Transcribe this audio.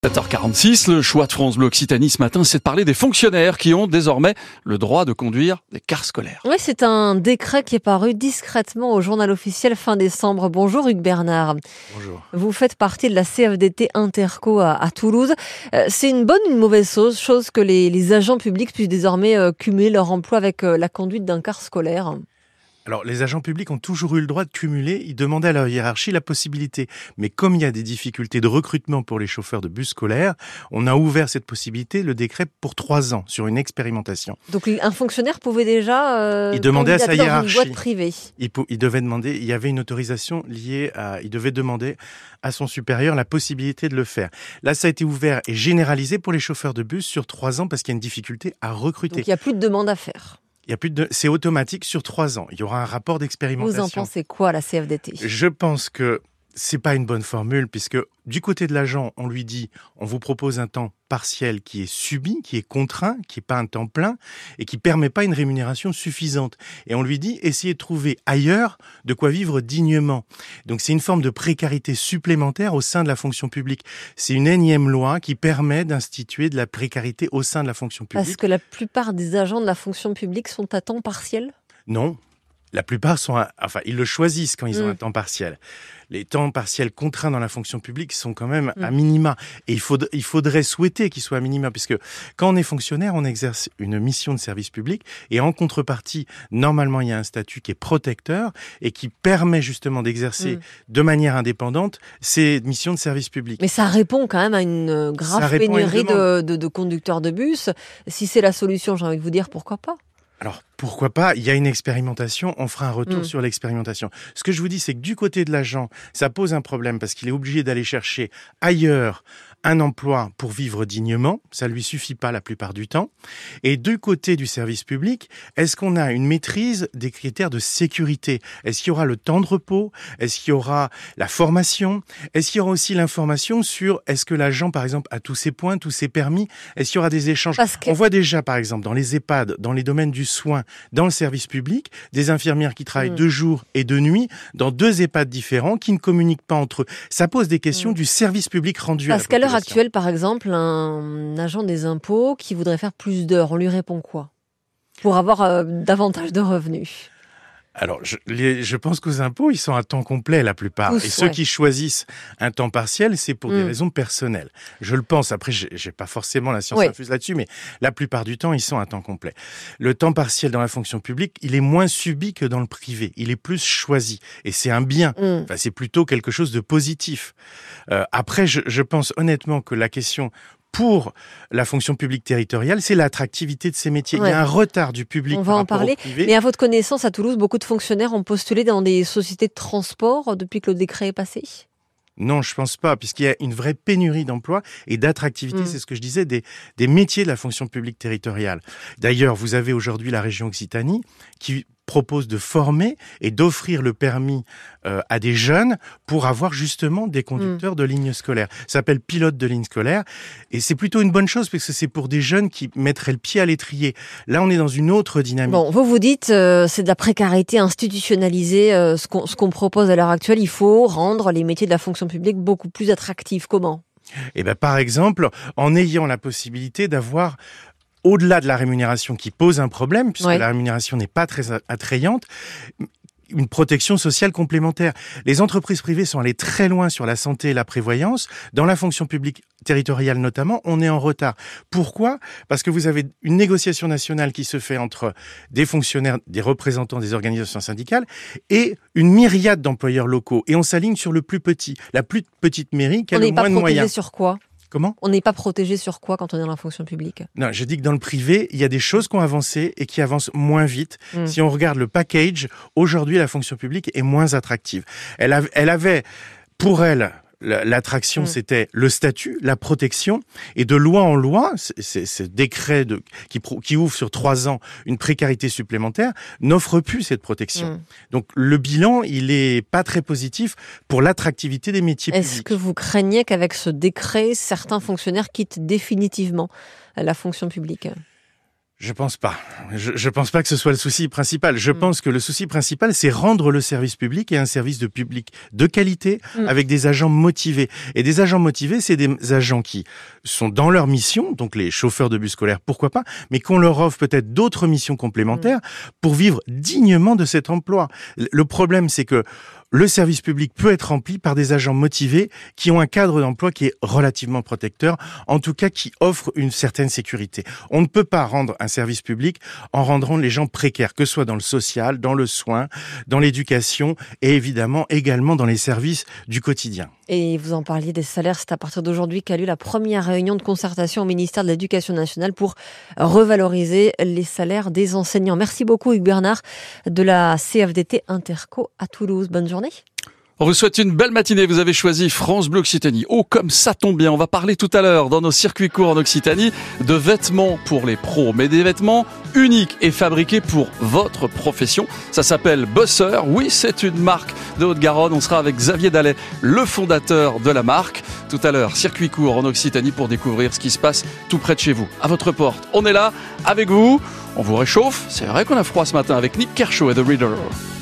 7h46, le choix de France Bleu Occitanie ce matin, c'est de parler des fonctionnaires qui ont désormais le droit de conduire des cars scolaires. Oui, c'est un décret qui est paru discrètement au journal officiel fin décembre. Bonjour Hugues Bernard. Bonjour. Vous faites partie de la CFDT Interco à Toulouse. C'est une bonne ou une mauvaise chose que les agents publics puissent désormais cumuler leur emploi avec la conduite d'un car scolaire ? Alors, les agents publics ont toujours eu le droit de cumuler. Ils demandaient à leur hiérarchie la possibilité. Mais comme il y a des difficultés de recrutement pour les chauffeurs de bus scolaires, on a ouvert cette possibilité, le décret, pour 3 ans, sur une expérimentation. Donc, un fonctionnaire pouvait déjà il demandait à sa hiérarchie. Dans une boîte privée. Il devait demander, il y avait une autorisation liée à, il devait demander à son supérieur la possibilité de le faire. Là, ça a été ouvert et généralisé pour les chauffeurs de bus sur 3 ans parce qu'il y a une difficulté à recruter. Donc, il n'y a plus de demande à faire. C'est automatique sur 3 ans. Il y aura un rapport d'expérimentation. Vous en pensez quoi, la CFDT ? Je pense que c'est pas une bonne formule puisque du côté de l'agent, on lui dit on vous propose un temps partiel qui est subi, qui est contraint, qui est pas un temps plein et qui permet pas une rémunération suffisante. Et on lui dit essayez de trouver ailleurs de quoi vivre dignement. Donc c'est une forme de précarité supplémentaire au sein de la fonction publique. C'est une énième loi qui permet d'instituer de la précarité au sein de la fonction publique. Parce que la plupart des agents de la fonction publique sont à temps partiel ? Non. La plupart ils le choisissent quand ils ont un temps partiel. Les temps partiels contraints dans la fonction publique sont quand même à minima. Et il faudrait souhaiter qu'ils soient à minima, puisque quand on est fonctionnaire, on exerce une mission de service public, et en contrepartie, normalement, il y a un statut qui est protecteur et qui permet justement d'exercer de manière indépendante ces missions de service public. Mais ça répond quand même à une grave pénurie de conducteurs de bus. Si c'est la solution, j'ai envie de vous dire, pourquoi pas ? Alors, pourquoi pas ? Il y a une expérimentation, on fera un retour sur l'expérimentation. Ce que je vous dis, c'est que du côté de l'agent, ça pose un problème parce qu'il est obligé d'aller chercher ailleurs un emploi pour vivre dignement. Ça lui suffit pas la plupart du temps. Et du côté du service public, est-ce qu'on a une maîtrise des critères de sécurité ? Est-ce qu'il y aura le temps de repos ? Est-ce qu'il y aura la formation ? Est-ce qu'il y aura aussi l'information sur est-ce que l'agent, par exemple, a tous ses points, tous ses permis ? Est-ce qu'il y aura des échanges ? On voit déjà, par exemple, dans les EHPAD, dans les domaines du soin, dans le service public, des infirmières qui travaillent de jour et de nuit dans 2 EHPAD différents qui ne communiquent pas entre eux. Ça pose des questions du service public rendu à la population. Parce qu'à l'heure actuelle, par exemple, un agent des impôts qui voudrait faire plus d'heures, on lui répond quoi ? Pour avoir davantage de revenus ? Alors, je pense qu'aux impôts, ils sont à temps complet la plupart. Tous, et ceux qui choisissent un temps partiel, c'est pour des raisons personnelles. Je le pense. Après, j'ai pas forcément la science infuse là-dessus, mais la plupart du temps, ils sont à temps complet. Le temps partiel dans la fonction publique, il est moins subi que dans le privé. Il est plus choisi. Et c'est un bien. Enfin, c'est plutôt quelque chose de positif. Après, je pense honnêtement que la question pour la fonction publique territoriale, c'est l'attractivité de ces métiers. Il y a un retard du public par rapport au privé. Mais à votre connaissance, à Toulouse, beaucoup de fonctionnaires ont postulé dans des sociétés de transport depuis que le décret est passé ? Non, je pense pas, puisqu'il y a une vraie pénurie d'emplois et d'attractivité, c'est ce que je disais, des métiers de la fonction publique territoriale. D'ailleurs, vous avez aujourd'hui la région Occitanie qui propose de former et d'offrir le permis à des jeunes pour avoir justement des conducteurs de lignes scolaires. Ça s'appelle pilote de ligne scolaire et c'est plutôt une bonne chose parce que c'est pour des jeunes qui mettraient le pied à l'étrier. Là, on est dans une autre dynamique. Bon, vous dites c'est de la précarité institutionnalisée, ce qu'on propose à l'heure actuelle. Il faut rendre les métiers de la fonction publique beaucoup plus attractifs. Comment ? Eh ben, par exemple, en ayant la possibilité d'avoir au-delà de la rémunération qui pose un problème, puisque la rémunération n'est pas très attrayante, une protection sociale complémentaire. Les entreprises privées sont allées très loin sur la santé et la prévoyance. Dans la fonction publique territoriale notamment, on est en retard. Pourquoi ? Parce que vous avez une négociation nationale qui se fait entre des fonctionnaires, des représentants des organisations syndicales et une myriade d'employeurs locaux. Et on s'aligne sur le plus petit, la plus petite mairie qui a le moins de moyens. On n'est pas protégé sur quoi ? Comment ? On n'est pas protégé sur quoi quand on est dans la fonction publique ? Non, je dis que dans le privé, il y a des choses qui ont avancé et qui avancent moins vite. Si on regarde le package, aujourd'hui, la fonction publique est moins attractive. Elle avait, pour elle, l'attraction, c'était le statut, la protection, et de loi en loi, ce décret qui ouvre sur 3 ans une précarité supplémentaire, n'offre plus cette protection. Donc le bilan, il est pas très positif pour l'attractivité des métiers publics. Est-ce que vous craignez qu'avec ce décret, certains fonctionnaires quittent définitivement la fonction publique ? Je pense pas. Je pense pas que ce soit le souci principal. Je pense que le souci principal, c'est rendre le service public et un service de public de qualité avec des agents motivés. Et des agents motivés, c'est des agents qui sont dans leur mission, donc les chauffeurs de bus scolaires, pourquoi pas, mais qu'on leur offre peut-être d'autres missions complémentaires pour vivre dignement de cet emploi. Le problème, c'est que le service public peut être rempli par des agents motivés qui ont un cadre d'emploi qui est relativement protecteur, en tout cas qui offre une certaine sécurité. On ne peut pas rendre un service public en rendant les gens précaires, que ce soit dans le social, dans le soin, dans l'éducation et évidemment également dans les services du quotidien. Et vous en parliez des salaires, c'est à partir d'aujourd'hui qu'a lieu la première réunion de concertation au ministère de l'Éducation nationale pour revaloriser les salaires des enseignants. Merci beaucoup Hugues Bernard de la CFDT Interco à Toulouse. Bonne journée. On vous souhaite une belle matinée. Vous avez choisi France Bleu Occitanie. Oh, comme ça tombe bien. On va parler tout à l'heure dans nos circuits courts en Occitanie de vêtements pour les pros, mais des vêtements uniques et fabriqués pour votre profession. Ça s'appelle Bosseur. Oui, c'est une marque de Haute-Garonne. On sera avec Xavier Dallet, le fondateur de la marque. Tout à l'heure, circuit court en Occitanie pour découvrir ce qui se passe tout près de chez vous, à votre porte. On est là avec vous. On vous réchauffe. C'est vrai qu'on a froid ce matin avec Nick Kershaw et The Reader.